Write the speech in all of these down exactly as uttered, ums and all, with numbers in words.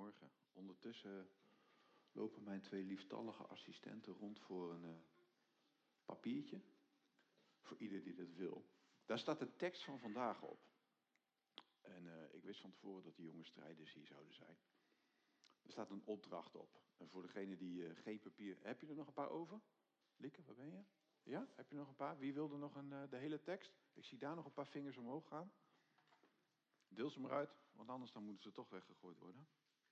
Goedemorgen. Ondertussen lopen mijn twee lieftallige assistenten rond voor een uh, papiertje. Voor ieder die dat wil. Daar staat de tekst van vandaag op. En uh, ik wist van tevoren dat die jonge strijders hier zouden zijn. Er staat een opdracht op. En voor degene die uh, geen papier... Heb je er nog een paar over? Lieke, waar ben je? Ja? Heb je nog een paar? Wie wilde nog een, uh, de hele tekst? Ik zie daar nog een paar vingers omhoog gaan. Deel ze maar uit, want anders dan moeten ze toch weggegooid worden.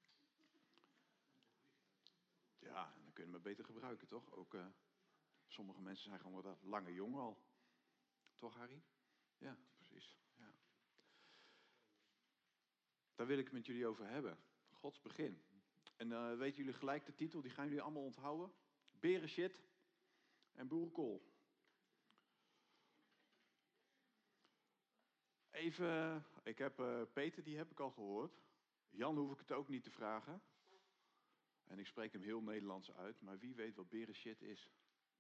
Ja, dan kun je hem beter gebruiken, toch? Ook uh, sommige mensen zijn gewoon wat lange jong al. Toch, Harry? Ja, precies. Ja. Daar wil ik het met jullie over hebben. Gods begin. En uh, weten jullie gelijk de titel, die gaan jullie allemaal onthouden. Berenshit en boerenkool. Even, ik heb uh, Peter, die heb ik al gehoord. Jan hoef ik het ook niet te vragen. En ik spreek hem heel Nederlands uit, maar wie weet wat berenshit is?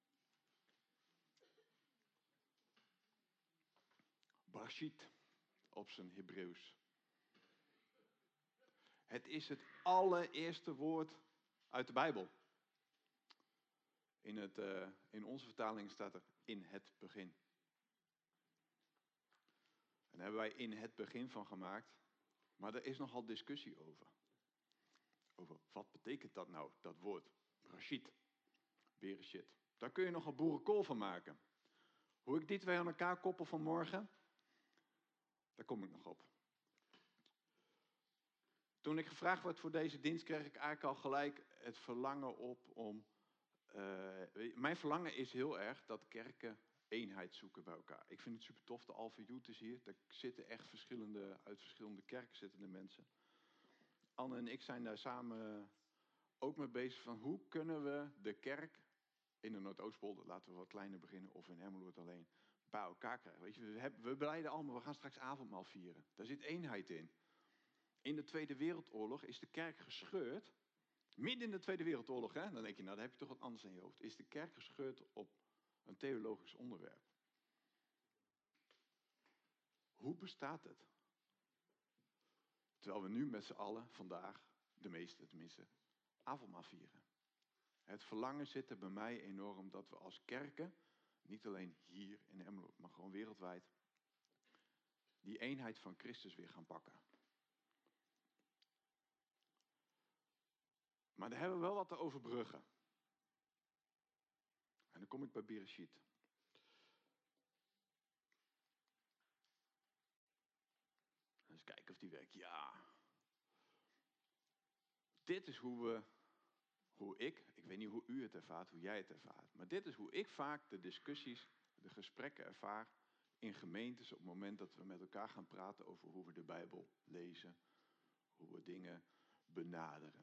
Brashit, op zijn Hebreeuws. Het is het allereerste woord uit de Bijbel. In, het, uh, in onze vertaling staat er in het begin. En daar hebben wij in het begin van gemaakt. Maar er is nogal discussie over. Over wat betekent dat nou, dat woord? Brashit, berenshit. Daar kun je nogal boerenkool van maken. Hoe ik die twee aan elkaar koppel vanmorgen, daar kom ik nog op. Toen ik gevraagd werd voor deze dienst, kreeg ik eigenlijk al gelijk het verlangen op om... Uh, mijn verlangen is heel erg dat kerken eenheid zoeken bij elkaar. Ik vind het super tof, de Alpha Youth is hier. Daar zitten echt verschillende, uit verschillende kerken zitten de mensen. Anne en ik zijn daar samen ook mee bezig van hoe kunnen we de kerk in de Noordoostpolder, laten we wat kleiner beginnen, of in Emmeloord alleen, bij elkaar krijgen. Weet je, we, hebben, we beleiden allemaal, we gaan straks avondmaal vieren. Daar zit eenheid in. In de Tweede Wereldoorlog is de kerk gescheurd. Midden in de Tweede Wereldoorlog, hè? Dan denk je, nou, dan heb je toch wat anders in je hoofd. Is de kerk gescheurd op een theologisch onderwerp. Hoe bestaat het? Terwijl we nu met z'n allen vandaag, de meeste tenminste, avondmaal vieren. Het verlangen zit er bij mij enorm dat we als kerken, niet alleen hier in Emmeloord, maar gewoon wereldwijd, die eenheid van Christus weer gaan pakken. Maar daar hebben we wel wat te overbruggen. En dan kom ik bij Bereshit. Eens kijken of die werkt. Ja. Dit is hoe we, hoe ik, ik weet niet hoe u het ervaart, hoe jij het ervaart. Maar dit is hoe ik vaak de discussies, de gesprekken ervaar in gemeentes op het moment dat we met elkaar gaan praten over hoe we de Bijbel lezen. Hoe we dingen benaderen.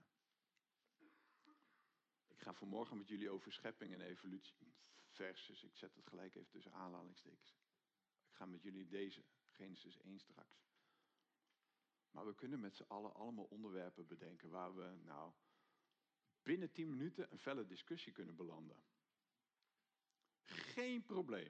Ik ga vanmorgen met jullie over schepping en evolutie versus. Ik zet het gelijk even tussen aanhalingstekens. Ik ga met jullie deze, Genesis één straks. Maar we kunnen met z'n allen allemaal onderwerpen bedenken waar we nou binnen tien minuten een felle discussie kunnen belanden. Geen probleem.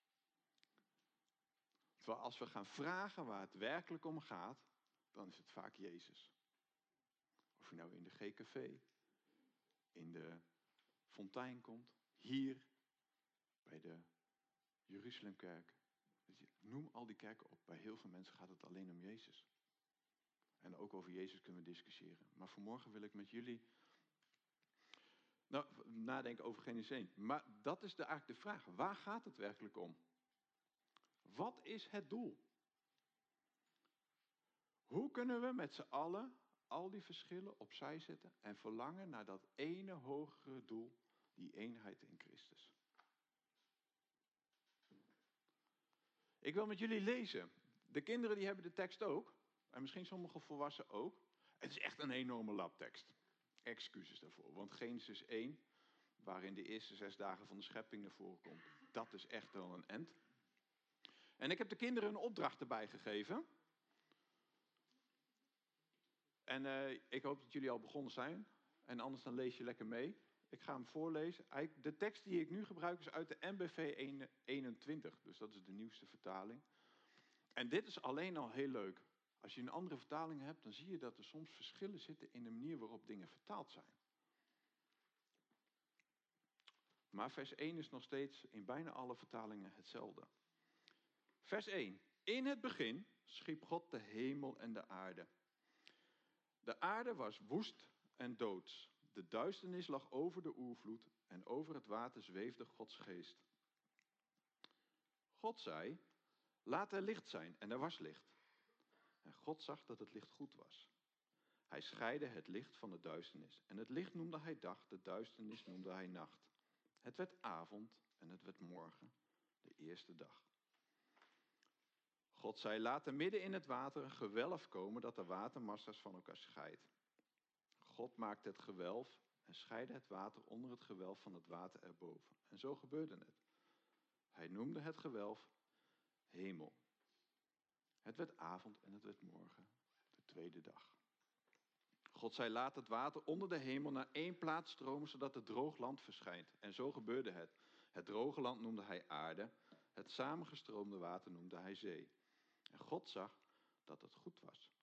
Terwijl als we gaan vragen waar het werkelijk om gaat, dan is het vaak Jezus. Of je nou in de G K V, in de Fontein komt, hier bij de Jeruzalemkerk. Noem al die kerken op. Bij heel veel mensen gaat het alleen om Jezus. En ook over Jezus kunnen we discussiëren. Maar vanmorgen wil ik met jullie nou, nadenken over Genesis één. Maar dat is de, eigenlijk de vraag. Waar gaat het werkelijk om? Wat is het doel? Hoe kunnen we met z'n allen al die verschillen opzij zetten en verlangen naar dat ene hogere doel, die eenheid in Christus? Ik wil met jullie lezen. De kinderen die hebben de tekst ook. En misschien sommige volwassenen ook. Het is echt een enorme labtekst. Excuses daarvoor. Want Genesis één, waarin de eerste zes dagen van de schepping naar voren komt, dat is echt wel een end. En ik heb de kinderen een opdracht erbij gegeven. En uh, ik hoop dat jullie al begonnen zijn. En anders dan lees je lekker mee. Ik ga hem voorlezen. De tekst die ik nu gebruik is uit de N B V eenentwintig. Dus dat is de nieuwste vertaling. En dit is alleen al heel leuk. Als je een andere vertaling hebt, dan zie je dat er soms verschillen zitten in de manier waarop dingen vertaald zijn. Maar vers één is nog steeds in bijna alle vertalingen hetzelfde. Vers één. In het begin schiep God de hemel en de aarde. De aarde was woest en doods. De duisternis lag over de oervloed en over het water zweefde Gods geest. God zei, laat er licht zijn, en er was licht. En God zag dat het licht goed was. Hij scheidde het licht van de duisternis. En het licht noemde hij dag, de duisternis noemde hij nacht. Het werd avond en het werd morgen, de eerste dag. God zei, laat er midden in het water een gewelf komen dat de watermassa's van elkaar scheidt. God maakte het gewelf en scheidde het water onder het gewelf van het water erboven. En zo gebeurde het. Hij noemde het gewelf hemel. Het werd avond en het werd morgen, de tweede dag. God zei, laat het water onder de hemel naar één plaats stromen, zodat het droog land verschijnt. En zo gebeurde het. Het droge land noemde hij aarde. Het samengestroomde water noemde hij zee. En God zag dat het goed was.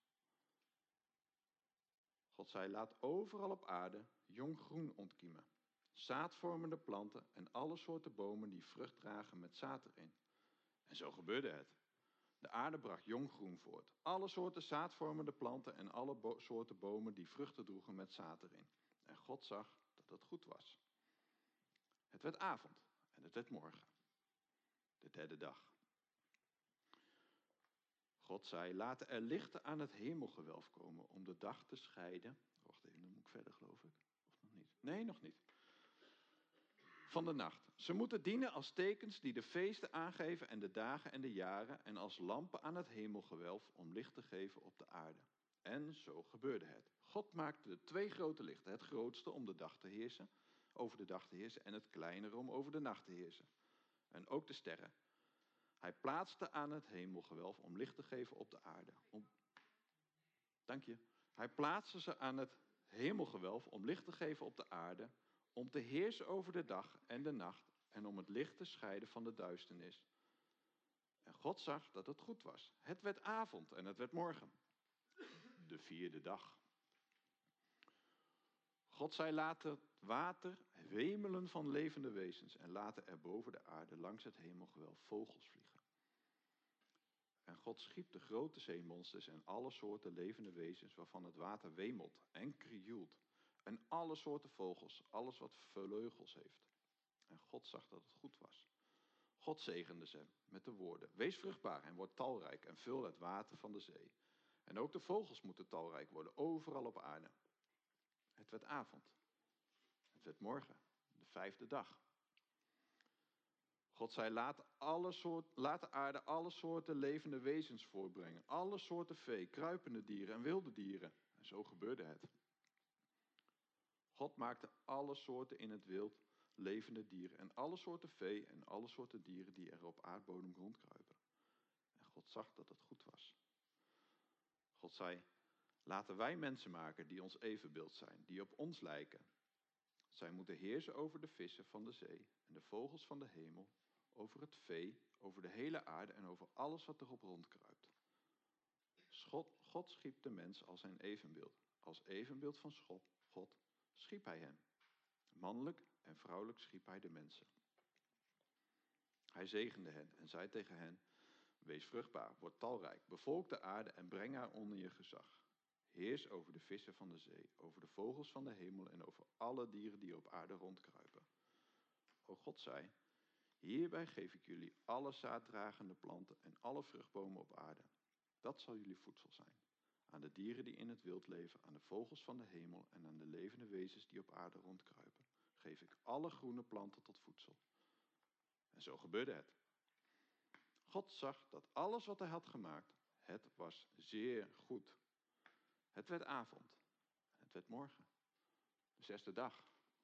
God zei, laat overal op aarde jong groen ontkiemen. Zaadvormende planten en alle soorten bomen die vrucht dragen met zaad erin. En zo gebeurde het. De aarde bracht jong groen voort. Alle soorten zaadvormende planten en alle bo- soorten bomen die vruchten droegen met zaad erin. En God zag dat het goed was. Het werd avond en het werd morgen. De derde dag. God zei, laten er lichten aan het hemelgewelf komen om de dag te scheiden. Wacht even, dan moet ik verder geloof ik. Of nog niet? Nee, nog niet. Van de nacht. Ze moeten dienen als tekens die de feesten aangeven en de dagen en de jaren en als lampen aan het hemelgewelf om licht te geven op de aarde. En zo gebeurde het. God maakte de twee grote lichten, het grootste om de dag te heersen, over de dag te heersen en het kleinere om over de nacht te heersen. En ook de sterren. Hij plaatste aan het hemelgewelf om licht te geven op de aarde. Om... Dank je. Hij plaatste ze aan het hemelgewelf om licht te geven op de aarde, om te heersen over de dag en de nacht en om het licht te scheiden van de duisternis. En God zag dat het goed was. Het werd avond en het werd morgen. De vierde dag. God zei, laat het water wemelen van levende wezens en laten er boven de aarde langs het hemelgewelf vogels vliegen. En God schiep de grote zeemonsters en alle soorten levende wezens waarvan het water wemelt en krioelt. En alle soorten vogels, alles wat vleugels heeft. En God zag dat het goed was. God zegende ze met de woorden, wees vruchtbaar en word talrijk en vul het water van de zee. En ook de vogels moeten talrijk worden, overal op aarde. Het werd avond. Het werd morgen, de vijfde dag. God zei, laat, alle soort, laat de aarde alle soorten levende wezens voortbrengen. Alle soorten vee, kruipende dieren en wilde dieren. En zo gebeurde het. God maakte alle soorten in het wild levende dieren. En alle soorten vee en alle soorten dieren die er op aardbodem rondkruipen. En God zag dat het goed was. God zei, laten wij mensen maken die ons evenbeeld zijn, die op ons lijken. Zij moeten heersen over de vissen van de zee en de vogels van de hemel, over het vee, over de hele aarde en over alles wat erop rondkruipt. God, God schiep de mens als zijn evenbeeld. Als evenbeeld van God schiep hij hem. Mannelijk en vrouwelijk schiep hij de mensen. Hij zegende hen en zei tegen hen, wees vruchtbaar, word talrijk, bevolk de aarde en breng haar onder je gezag. Heers over de vissen van de zee, over de vogels van de hemel en over alle dieren die op aarde rondkruipen. O God zei, hierbij geef ik jullie alle zaaddragende planten en alle vruchtbomen op aarde. Dat zal jullie voedsel zijn. Aan de dieren die in het wild leven, aan de vogels van de hemel en aan de levende wezens die op aarde rondkruipen, geef ik alle groene planten tot voedsel. En zo gebeurde het. God zag dat alles wat hij had gemaakt, het was zeer goed. Het werd avond. Het werd morgen. De zesde dag.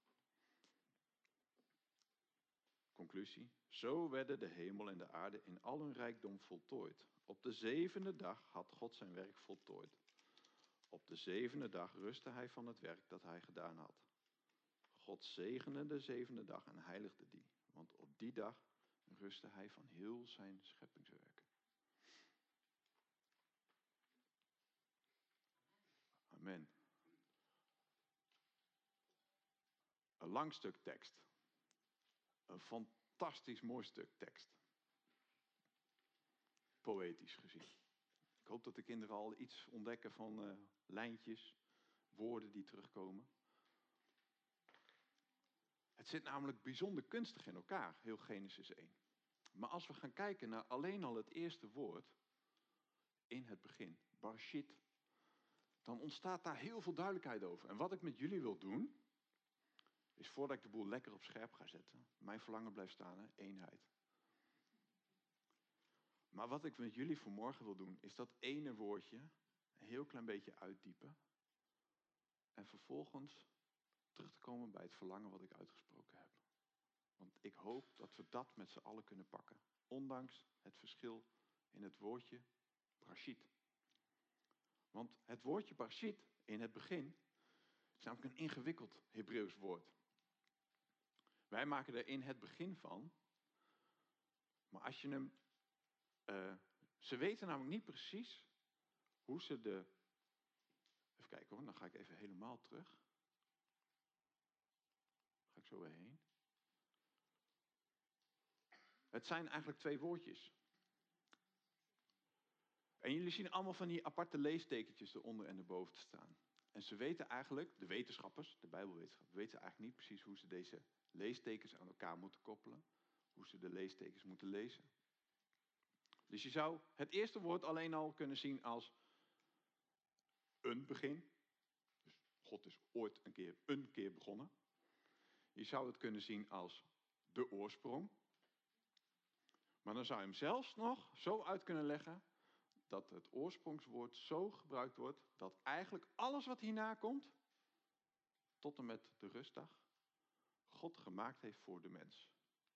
Conclusie. Zo werden de hemel en de aarde in al hun rijkdom voltooid. Op de zevende dag had God zijn werk voltooid. Op de zevende dag rustte hij van het werk dat hij gedaan had. God zegende de zevende dag en heiligde die. Want op die dag rustte hij van heel zijn scheppingswerk. lang stuk tekst. Een fantastisch mooi stuk tekst. Poëtisch gezien. Ik hoop dat de kinderen al iets ontdekken van uh, lijntjes, woorden die terugkomen. Het zit namelijk bijzonder kunstig in elkaar, heel Genesis één. Maar als we gaan kijken naar alleen al het eerste woord, in het begin, Barshit, dan ontstaat daar heel veel duidelijkheid over. En wat ik met jullie wil doen, is voordat ik de boel lekker op scherp ga zetten, mijn verlangen blijft staan, hè, eenheid. Maar wat ik met jullie vanmorgen wil doen, is dat ene woordje een heel klein beetje uitdiepen. En vervolgens terug te komen bij het verlangen wat ik uitgesproken heb. Want ik hoop dat we dat met z'n allen kunnen pakken. Ondanks het verschil in het woordje Barshit. Want het woordje Barshit in het begin is namelijk een ingewikkeld Hebreeuws woord. Wij maken er in het begin van. Maar als je hem... Uh, ze weten namelijk niet precies hoe ze de... Even kijken hoor, dan ga ik even helemaal terug. Ga ik zo weer heen. Het zijn eigenlijk twee woordjes. En jullie zien allemaal van die aparte leestekentjes eronder en erboven te staan. En ze weten eigenlijk, de wetenschappers, de Bijbelwetenschappers, weten eigenlijk niet precies hoe ze deze leestekens aan elkaar moeten koppelen. Hoe ze de leestekens moeten lezen. Dus je zou het eerste woord alleen al kunnen zien als een begin. Dus God is ooit een keer, een keer begonnen. Je zou het kunnen zien als de oorsprong. Maar dan zou je hem zelfs nog zo uit kunnen leggen dat het oorsprongswoord zo gebruikt wordt dat eigenlijk alles wat hierna komt, tot en met de rustdag, God gemaakt heeft voor de mens.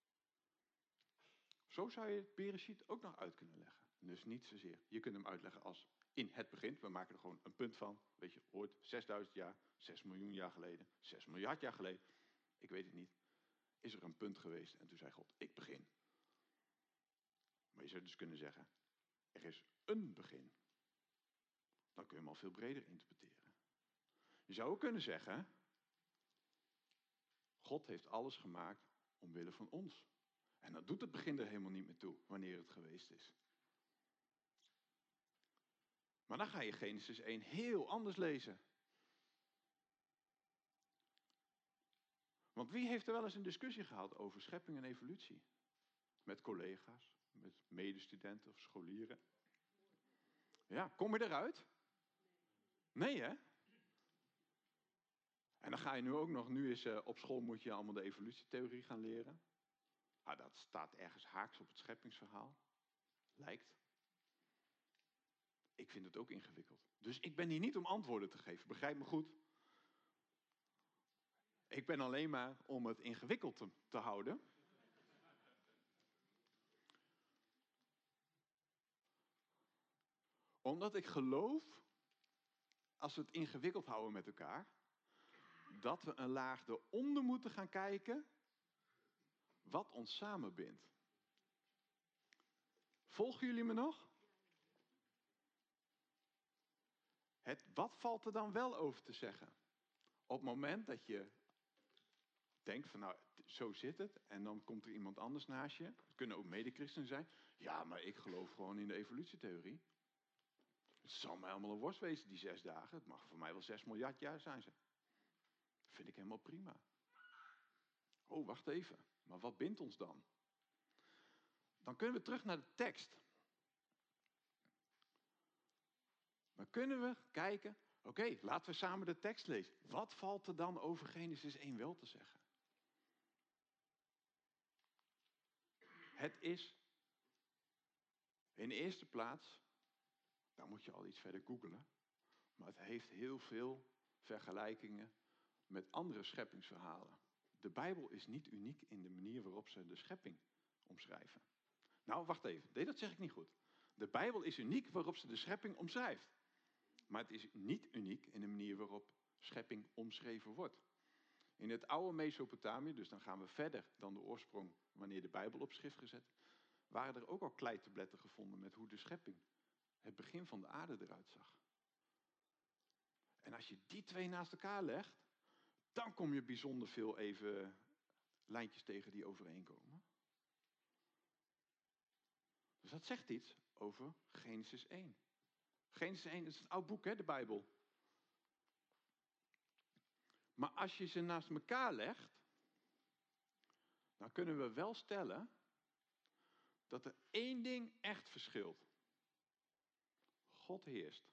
Zo zou je het Bereshit ook nog uit kunnen leggen. Dus niet zozeer. Je kunt hem uitleggen als in het begin. We maken er gewoon een punt van. Weet je, ooit zesduizend jaar, zes miljoen jaar geleden, zes miljard jaar geleden. Ik weet het niet. Is er een punt geweest en toen zei God, ik begin. Maar je zou dus kunnen zeggen, er is een begin. Dan kun je hem al veel breder interpreteren. Je zou ook kunnen zeggen, God heeft alles gemaakt omwille van ons. En dan doet het begin er helemaal niet meer toe, wanneer het geweest is. Maar dan ga je Genesis één heel anders lezen. Want wie heeft er wel eens een discussie gehad over schepping en evolutie? Met collega's, met medestudenten of scholieren. Ja, kom je eruit? Nee, hè? En dan ga je nu ook nog, nu is uh, op school moet je allemaal de evolutietheorie gaan leren. Ah, dat staat ergens haaks op het scheppingsverhaal. Lijkt. Ik vind het ook ingewikkeld. Dus ik ben hier niet om antwoorden te geven, begrijp me goed. Ik ben alleen maar om het ingewikkeld te, te houden. Omdat ik geloof, als we het ingewikkeld houden met elkaar, dat we een laag eronder moeten gaan kijken wat ons samenbindt. Volgen jullie me nog? Het, wat valt er dan wel over te zeggen? Op het moment dat je denkt van nou, zo zit het. En dan komt er iemand anders naast je. Het kunnen ook medechristenen zijn. Ja, maar ik geloof gewoon in de evolutietheorie. Het zal mij allemaal een worst wezen, die zes dagen. Het mag voor mij wel zes miljard jaar zijn ze. Dat vind ik helemaal prima. Oh, wacht even. Maar wat bindt ons dan? Dan kunnen we terug naar de tekst. Dan kunnen we kijken, oké, okay, laten we samen de tekst lezen. Wat valt er dan over Genesis één wel te zeggen? Het is in de eerste plaats, daar moet je al iets verder googlen, maar het heeft heel veel vergelijkingen met andere scheppingsverhalen. De Bijbel is niet uniek in de manier waarop ze de schepping omschrijven. Nou, wacht even, nee, dat zeg ik niet goed. De Bijbel is uniek waarop ze de schepping omschrijft. Maar het is niet uniek in de manier waarop schepping omschreven wordt. In het oude Mesopotamië, dus dan gaan we verder dan de oorsprong wanneer de Bijbel op schrift gezet, waren er ook al kleitabletten gevonden met hoe de schepping, het begin van de aarde eruit zag. En als je die twee naast elkaar legt, dan kom je bijzonder veel even lijntjes tegen die overeenkomen. Dus dat zegt iets over Genesis één. Genesis één is een oud boek, hè, de Bijbel. Maar als je ze naast elkaar legt, dan kunnen we wel stellen dat er één ding echt verschilt. God heerst.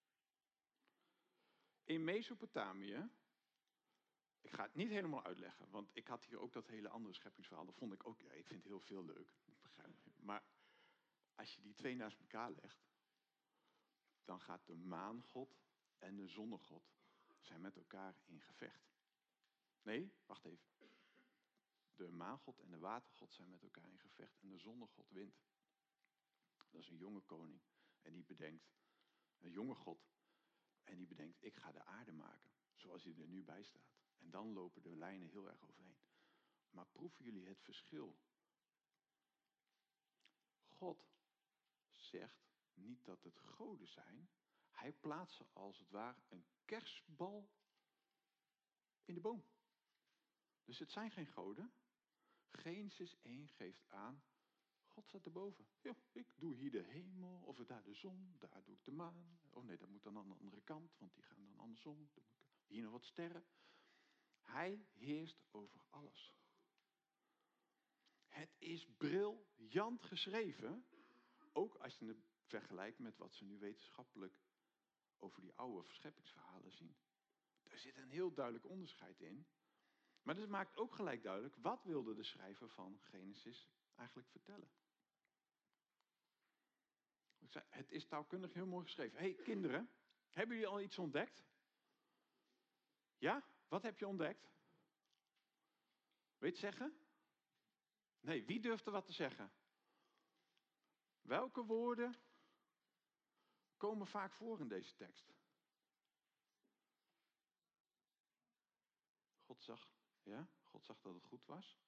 In Mesopotamië, ik ga het niet helemaal uitleggen, want ik had hier ook dat hele andere scheppingsverhaal. Dat vond ik ook, ja, ik vind heel veel leuk. Maar als je die twee naast elkaar legt, dan gaat de maangod en de zonnegod zijn met elkaar in gevecht. Nee, wacht even. De maangod en de watergod zijn met elkaar in gevecht en de zonnegod wint. Dat is een jonge koning en die bedenkt, een jonge god, en die bedenkt, ik ga de aarde maken, zoals hij er nu bij staat. En dan lopen de lijnen heel erg overheen. Maar proeven jullie het verschil? God zegt niet dat het goden zijn. Hij plaatst ze als het ware een kerstbal in de boom. Dus het zijn geen goden. Genesis één geeft aan, God staat erboven. Ja, ik doe hier de hemel, of daar de zon, daar doe ik de maan. Oh nee, dat moet dan aan de andere kant, want die gaan dan andersom. Dan moet ik hier nog wat sterren. Hij heerst over alles. Het is briljant geschreven, ook als je het vergelijkt met wat ze nu wetenschappelijk over die oude scheppingsverhalen zien. Daar zit een heel duidelijk onderscheid in. Maar dat maakt ook gelijk duidelijk, wat wilde de schrijver van Genesis eigenlijk vertellen? Ik zei, het is taalkundig heel mooi geschreven. Hé, hey, kinderen, hebben jullie al iets ontdekt? Ja? Wat heb je ontdekt? Weet je het zeggen? Nee, wie durft er wat te zeggen? Welke woorden komen vaak voor in deze tekst? God zag, ja, God zag dat het goed was.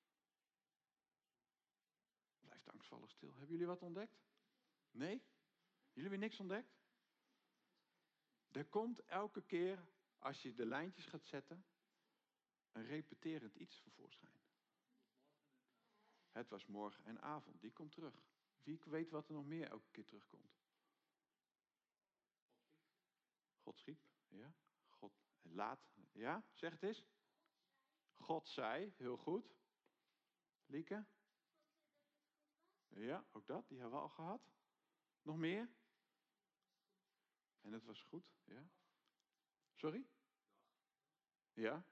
Blijft angstvallig stil. Hebben jullie wat ontdekt? Nee? Jullie hebben niks ontdekt? Er komt elke keer, als je de lijntjes gaat zetten, een repeterend iets tevoorschijn. Het was morgen en avond, die komt terug. Wie weet wat er nog meer elke keer terugkomt? God schiep, ja. God laat, ja, zeg het eens. God zei, heel goed. Lieke? Ja, ook dat, die hebben we al gehad. Nog meer? En het was goed, ja. Sorry? Ja.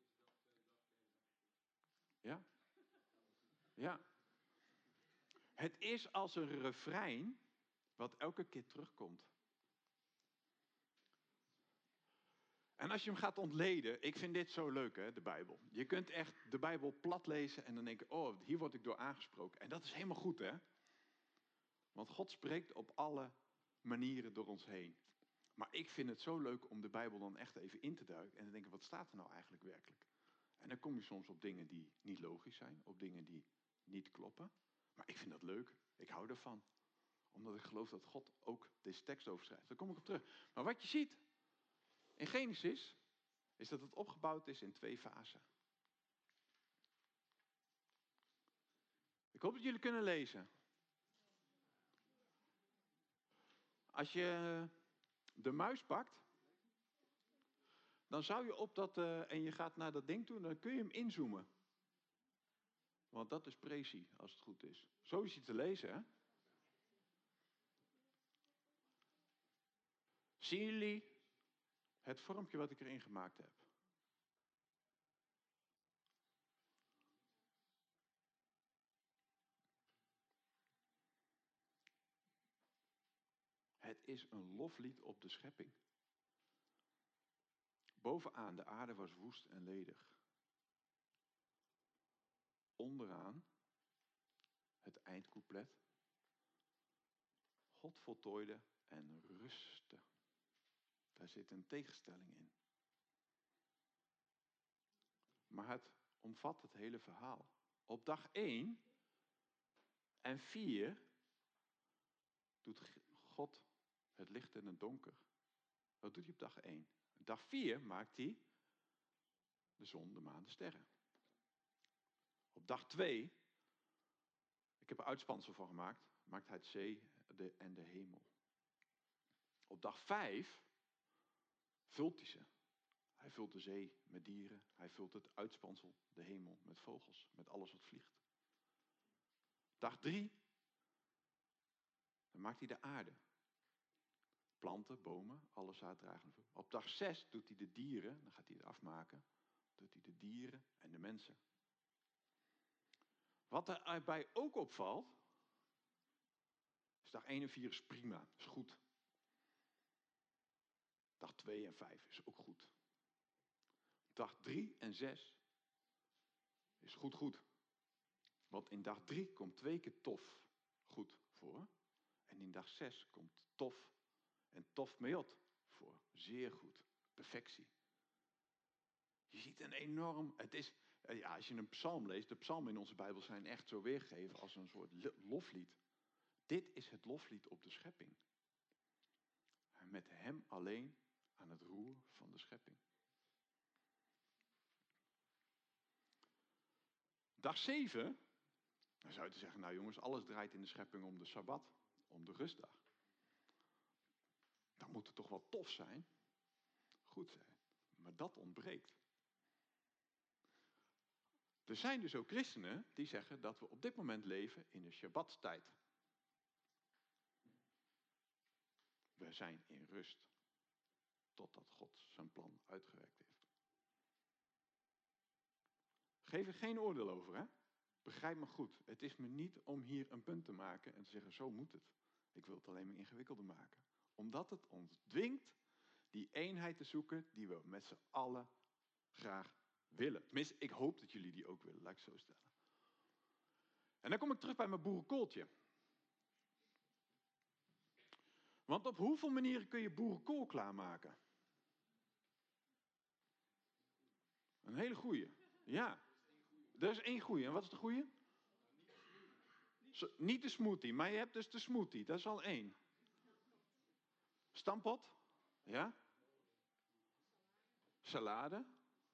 Ja. Ja. Het is als een refrein wat elke keer terugkomt. En als je hem gaat ontleden, ik vind dit zo leuk, hè, de Bijbel. Je kunt echt de Bijbel plat lezen en dan denken, oh, hier word ik door aangesproken. En dat is helemaal goed, hè. Want God spreekt op alle manieren door ons heen. Maar ik vind het zo leuk om de Bijbel dan echt even in te duiken en te denken, wat staat er nou eigenlijk werkelijk? En dan kom je soms op dingen die niet logisch zijn, op dingen die niet kloppen. Maar ik vind dat leuk, ik hou ervan. Omdat ik geloof dat God ook deze tekst overschrijft. Daar kom ik op terug. Maar wat je ziet in Genesis, is dat het opgebouwd is in twee fasen. Ik hoop dat jullie kunnen lezen. Als je de muis pakt, dan zou je op dat, uh, en je gaat naar dat ding toe, dan kun je hem inzoomen. Want dat is precie, als het goed is. Zo is hij te lezen, hè? Zien jullie het vormpje wat ik erin gemaakt heb? Het is een loflied op de schepping. Bovenaan, de aarde was woest en ledig. Onderaan, het eindcouplet. God voltooide en rustte. Daar zit een tegenstelling in. Maar het omvat het hele verhaal. Op dag één en vier doet God het licht en het donker. Dat doet hij op dag één. Dag vier maakt hij de zon, de maan, de sterren. Op dag twee, ik heb er uitspansel van gemaakt, maakt hij het zee de, en de hemel. Op dag vijf vult hij ze. Hij vult de zee met dieren, hij vult het uitspansel, de hemel, met vogels, met alles wat vliegt. Dag drie, dan maakt hij de aarde. Planten, bomen, alle zaaddragende. Op dag zes doet hij de dieren, dan gaat hij het afmaken, doet hij de dieren en de mensen. Wat erbij ook opvalt, is dag één en vier is prima, is goed. Dag twee en vijf is ook goed. Dag drie en zes is goed goed. Want in dag drie komt twee keer tof goed voor. En in dag zes komt tof en tof meot voor. Zeer goed. Perfectie. Je ziet een enorm, het is, ja, als je een psalm leest, de psalmen in onze Bijbel zijn echt zo weergegeven als een soort loflied. Dit is het loflied op de schepping. Met hem alleen aan het roer van de schepping. Dag zeven, dan zou je zeggen, nou jongens, alles draait in de schepping om de Sabbat, om de rustdag. Dan moet het toch wel tof zijn, goed zijn, maar dat ontbreekt. Er zijn dus ook christenen die zeggen dat we op dit moment leven in de Shabbatstijd. We zijn in rust, totdat God zijn plan uitgewerkt heeft. Geef er geen oordeel over, hè? Begrijp me goed. Het is me niet om hier een punt te maken en te zeggen, zo moet het. Ik wil het alleen maar ingewikkelder maken. Omdat het ons dwingt die eenheid te zoeken die we met z'n allen graag willen. Tenminste, ik hoop dat jullie die ook willen, laat ik het zo stellen. En dan kom ik terug bij mijn boerenkooltje. Want op hoeveel manieren kun je boerenkool klaarmaken? Een hele goeie. Ja. Er is één goeie. En wat is de goeie? Zo, niet de smoothie, maar je hebt dus de smoothie. Dat is al één. Stampot. Ja. Salade.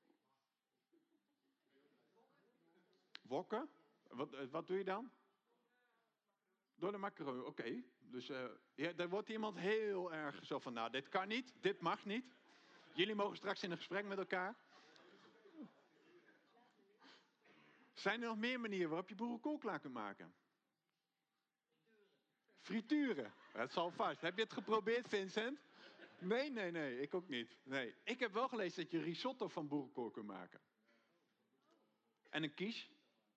Wokken. Wat, wat doe je dan? Door de macaroni, oké. Okay. Dus uh, ja, daar wordt iemand heel erg zo van, nou, dit kan niet, dit mag niet. Jullie mogen straks in een gesprek met elkaar. Zijn er nog meer manieren waarop je boerenkool klaar kunt maken? Frituren. Dat zal vast. Heb je het geprobeerd, Vincent? Nee, nee, nee, ik ook niet. Nee. Ik heb wel gelezen dat je risotto van boerenkool kunt maken. En een quiche.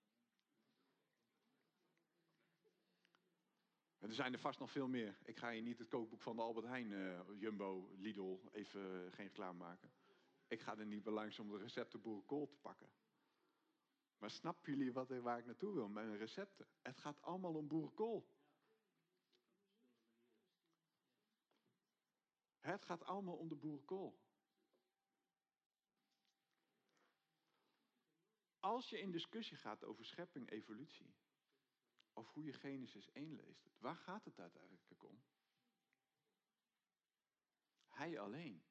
Er zijn er vast nog veel meer. Ik ga hier niet het kookboek van de Albert Heijn, uh, Jumbo, Lidl, even uh, geen reclame maken. Ik ga er niet bij langs om de recepten boerenkool te pakken. Maar snappen jullie wat, waar ik naartoe wil met mijn recepten? Het gaat allemaal om boerenkool. Het gaat allemaal om de boerenkool. Als je in discussie gaat over schepping, evolutie, of hoe je Genesis één leest, waar gaat het uiteindelijk om? Hij alleen.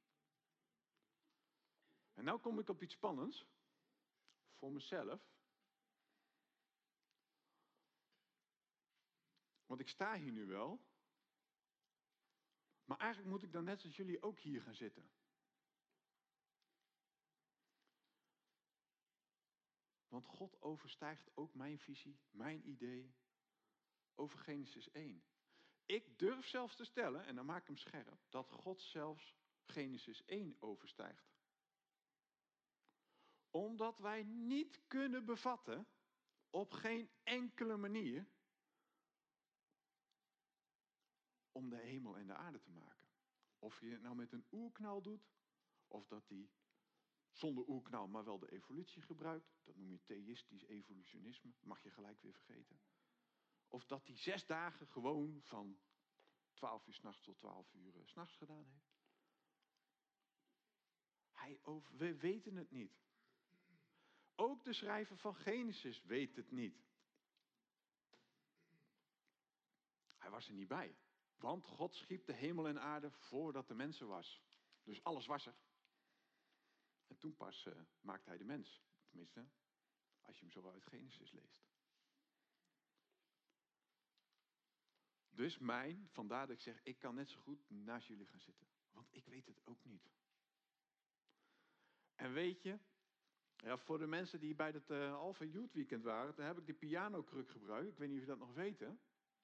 En nou kom ik op iets spannends. Voor mezelf. Want ik sta hier nu wel. Maar eigenlijk moet ik dan net zoals jullie ook hier gaan zitten. Want God overstijgt ook mijn visie, mijn idee over Genesis één. Ik durf zelfs te stellen, en dan maak ik hem scherp, dat God zelfs Genesis één overstijgt. Omdat wij niet kunnen bevatten, op geen enkele manier, om de hemel en de aarde te maken. Of je het nou met een oerknal doet, of dat die zonder oerknal maar wel de evolutie gebruikt. Dat noem je theïstisch evolutionisme, mag je gelijk weer vergeten. Of dat die zes dagen gewoon van twaalf uur 's nachts tot twaalf uur 's nachts gedaan heeft. Hij over, we weten het niet. Ook de schrijver van Genesis weet het niet. Hij was er niet bij. Want God schiep de hemel en aarde voordat de mensen was. Dus alles was er. En toen pas uh, maakt hij de mens. Tenminste, als je hem zo uit Genesis leest. Dus mijn, vandaar dat ik zeg, ik kan net zo goed naast jullie gaan zitten. Want ik weet het ook niet. En weet je, ja, voor de mensen die bij het uh, Alpha Youth Weekend waren, daar heb ik de pianokruk gebruikt. Ik weet niet of je dat nog weten.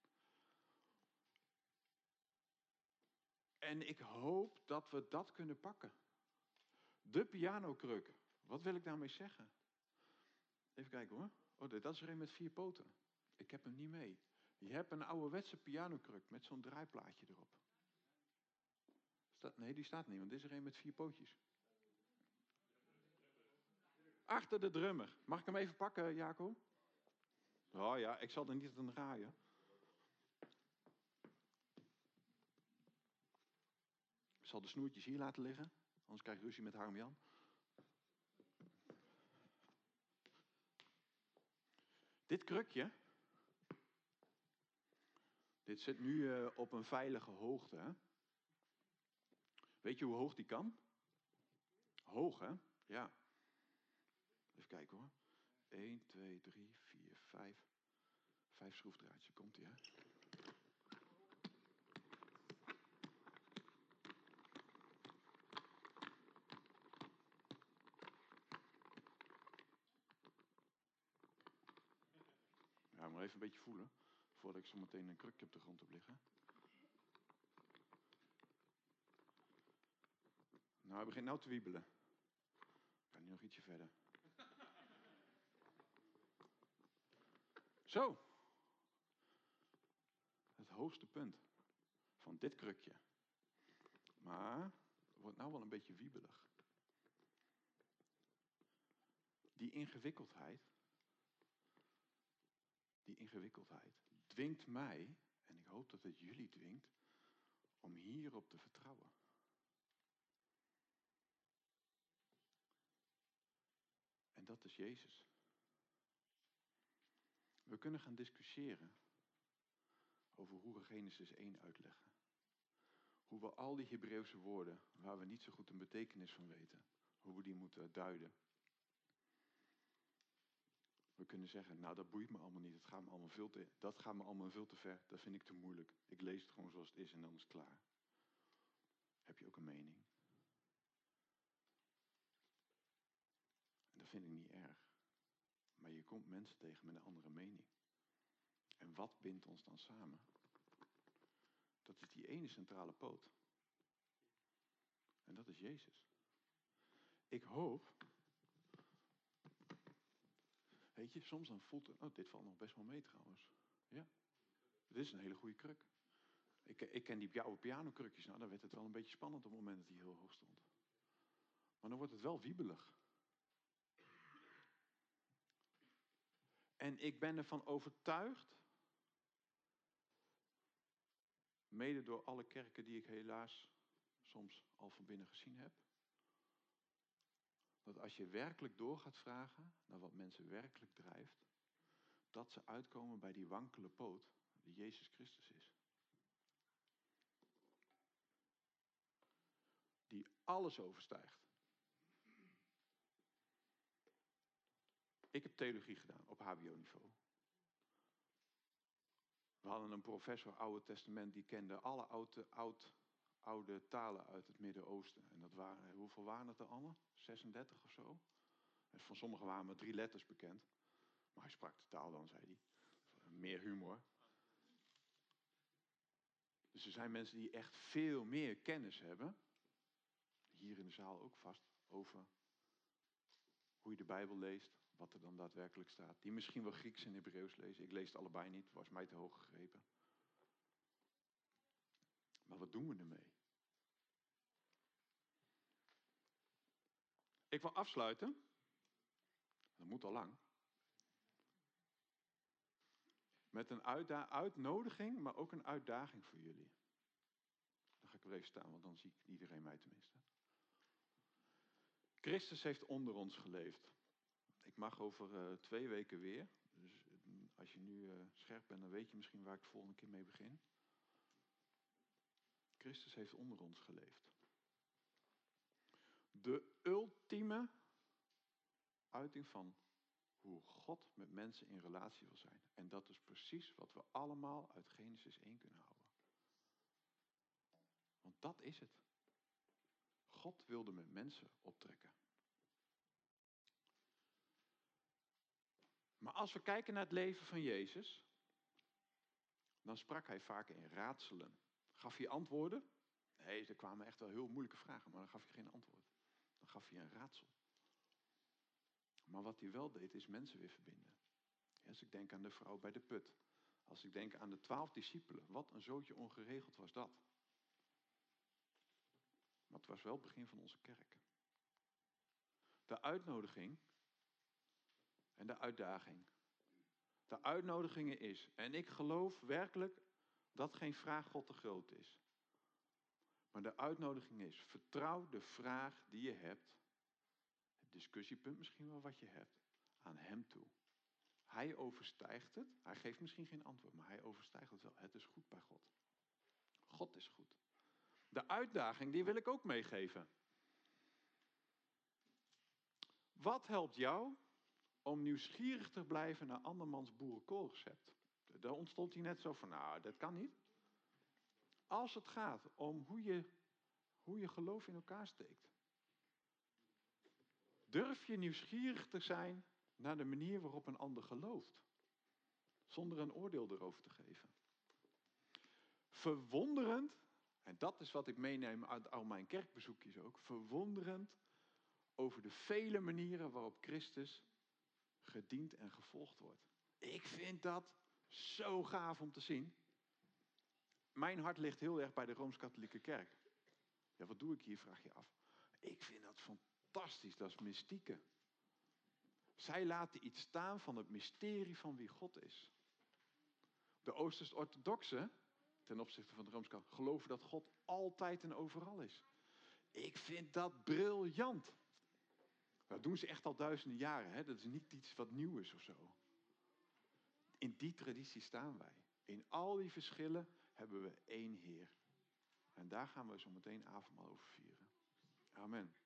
En ik hoop dat we dat kunnen pakken. De pianokruk. Wat wil ik daarmee zeggen? Even kijken hoor. Oh, dat is er een met vier poten. Ik heb hem niet mee. Je hebt een ouderwetse pianokruk met zo'n draaiplaatje erop. Staat, nee, die staat niet, want dit is er een met vier pootjes. Achter de drummer. Mag ik hem even pakken, Jacob? Oh ja, ik zal er niet aan draaien. Ik zal de snoertjes hier laten liggen. Anders krijg ik ruzie met Harm-Jan. Dit krukje. Dit zit nu uh, op een veilige hoogte. Hè? Weet je hoe hoog die kan? Hoog, hè? Ja. Even kijken hoor. één, twee, drie, vier, vijf. Vijf schroefdraadjes. Komt ie, hè? Ja, maar even een beetje voelen. Voordat ik zo meteen een krukje op de grond heb liggen. Nou, hij begint nou te wiebelen. Kan hij nog ietsje verder. Zo. Het hoogste punt van dit krukje. Maar het wordt nou wel een beetje wiebelig. Die ingewikkeldheid, die ingewikkeldheid dwingt mij, en ik hoop dat het jullie dwingt, om hierop te vertrouwen. En dat is Jezus. We kunnen gaan discussiëren over hoe we Genesis één uitleggen. Hoe we al die Hebreeuwse woorden, waar we niet zo goed een betekenis van weten, hoe we die moeten duiden. We kunnen zeggen, nou dat boeit me allemaal niet, dat gaat me allemaal veel te, dat gaat me allemaal veel te ver, dat vind ik te moeilijk. Ik lees het gewoon zoals het is en dan is het klaar. Heb je ook een mening? En dat vind ik niet erg. Maar je komt mensen tegen met een andere mening. En wat bindt ons dan samen? Dat is die ene centrale poot. En dat is Jezus. Ik hoop. Weet je, soms dan voelt het. Oh, dit valt nog best wel mee trouwens. Ja. Dit is een hele goede kruk. Ik, ik ken die oude pianokrukjes. Nou, dan werd het wel een beetje spannend op het moment dat hij heel hoog stond. Maar dan wordt het wel wiebelig. En ik ben ervan overtuigd. Mede door alle kerken die ik helaas soms al van binnen gezien heb. Dat als je werkelijk door gaat vragen naar wat mensen werkelijk drijft. Dat ze uitkomen bij die wankele poot die Jezus Christus is. Die alles overstijgt. Ik heb theologie gedaan op H B O-niveau. We hadden een professor Oude Testament die kende alle oude, oude, oude talen uit het Midden-Oosten. En dat waren, hoeveel waren het er allemaal? zesendertig of zo? En van sommigen waren maar drie letters bekend. Maar hij sprak de taal dan, zei hij. Meer humor. Dus er zijn mensen die echt veel meer kennis hebben. Hier in de zaal ook vast. Over hoe je de Bijbel leest. Wat er dan daadwerkelijk staat. Die misschien wel Grieks en Hebreeuws lezen. Ik lees het allebei niet. Was mij te hoog gegrepen. Maar wat doen we ermee? Ik wil afsluiten. Dat moet al lang. Met een uitda- uitnodiging, maar ook een uitdaging voor jullie. Dan ga ik weer even staan, want dan zie ik iedereen mij tenminste. Christus heeft onder ons geleefd. Ik mag over uh, twee weken weer. Dus uh, als je nu uh, scherp bent, dan weet je misschien waar ik de volgende keer mee begin. Christus heeft onder ons geleefd. De ultieme uiting van hoe God met mensen in relatie wil zijn. En dat is precies wat we allemaal uit Genesis één kunnen houden. Want dat is het. God wilde met mensen optrekken. Maar als we kijken naar het leven van Jezus, dan sprak hij vaak in raadselen. Gaf hij antwoorden? Nee, er kwamen echt wel heel moeilijke vragen, maar dan gaf hij geen antwoord. Dan gaf hij een raadsel. Maar wat hij wel deed, is mensen weer verbinden. Als ik denk aan de vrouw bij de put. Als ik denk aan de twaalf discipelen. Wat een zootje ongeregeld was dat. Maar het was wel het begin van onze kerk. De uitnodiging en de uitdaging. De uitnodiging is, en ik geloof werkelijk dat geen vraag God te groot is. Maar de uitnodiging is, vertrouw de vraag die je hebt, het discussiepunt misschien wel wat je hebt, aan hem toe. Hij overstijgt het, hij geeft misschien geen antwoord, maar hij overstijgt het wel. Het is goed bij God. God is goed. De uitdaging, die wil ik ook meegeven. Wat helpt jou om nieuwsgierig te blijven naar andermans boerenkoolrecept? Daar ontstond hij net zo van, nou, dat kan niet. Als het gaat om hoe je, hoe je geloof in elkaar steekt. Durf je nieuwsgierig te zijn naar de manier waarop een ander gelooft. Zonder een oordeel erover te geven. Verwonderend, en dat is wat ik meeneem uit al mijn kerkbezoekjes ook. Verwonderend over de vele manieren waarop Christus gediend en gevolgd wordt. Ik vind dat zo gaaf om te zien. Mijn hart ligt heel erg bij de Rooms-Katholieke Kerk. Ja, wat doe ik hier, vraag je af. Ik vind dat fantastisch, dat is mystieke. Zij laten iets staan van het mysterie van wie God is. De Oosters-orthodoxen, ten opzichte van de Rooms-Katholieken, geloven dat God altijd en overal is. Ik vind dat briljant. Dat doen ze echt al duizenden jaren. Hè? Dat is niet iets wat nieuw is of zo. In die traditie staan wij. In al die verschillen hebben we één Heer. En daar gaan we zo meteen avondmaal over vieren. Amen.